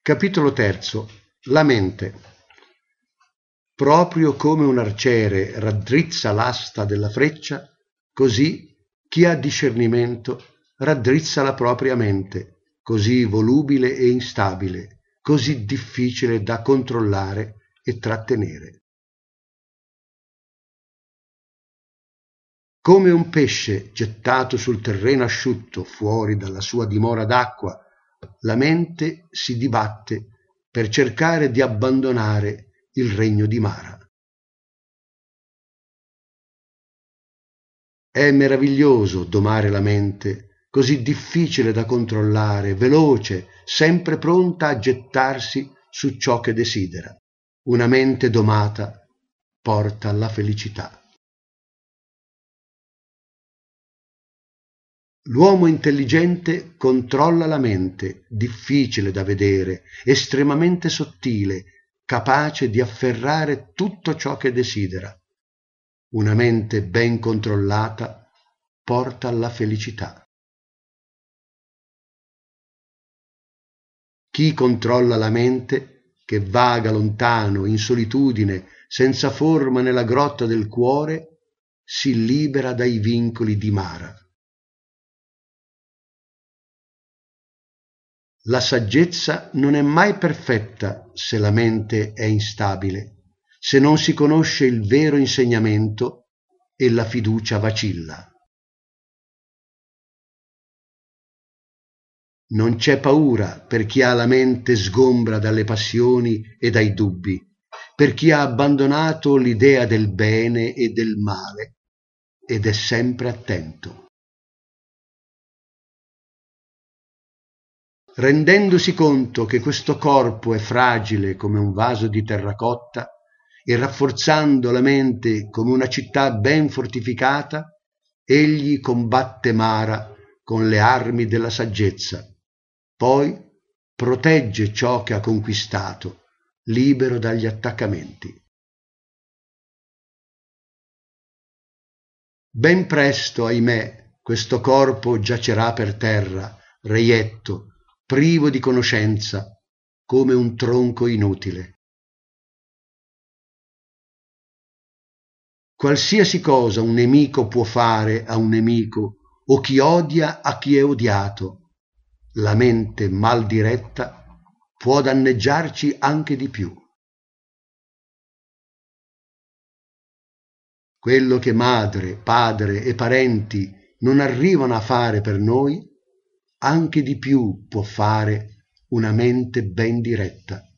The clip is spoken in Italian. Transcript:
Capitolo terzo. La mente. Proprio come un arciere raddrizza l'asta della freccia, così chi ha discernimento raddrizza la propria mente, così volubile e instabile, così difficile da controllare e trattenere. Come un pesce gettato sul terreno asciutto fuori dalla sua dimora d'acqua, la mente si dibatte per cercare di abbandonare il regno di Mara. È meraviglioso domare la mente, così difficile da controllare, veloce, sempre pronta a gettarsi su ciò che desidera. Una mente domata porta alla felicità. L'uomo intelligente controlla la mente, difficile da vedere, estremamente sottile, capace di afferrare tutto ciò che desidera. Una mente ben controllata porta alla felicità. Chi controlla la mente, che vaga lontano, in solitudine, senza forma nella grotta del cuore, si libera dai vincoli di Mara. La saggezza non è mai perfetta se la mente è instabile, se non si conosce il vero insegnamento e la fiducia vacilla. Non c'è paura per chi ha la mente sgombra dalle passioni e dai dubbi, per chi ha abbandonato l'idea del bene e del male ed è sempre attento. Rendendosi conto che questo corpo è fragile come un vaso di terracotta e rafforzando la mente come una città ben fortificata, egli combatte Mara con le armi della saggezza, poi protegge ciò che ha conquistato, libero dagli attaccamenti. Ben presto, ahimè, questo corpo giacerà per terra, reietto, privo di conoscenza, come un tronco inutile. Qualsiasi cosa un nemico può fare a un nemico o chi odia a chi è odiato, la mente mal diretta può danneggiarci anche di più. Quello che madre, padre e parenti non arrivano a fare per noi, anche di più può fare una mente ben diretta.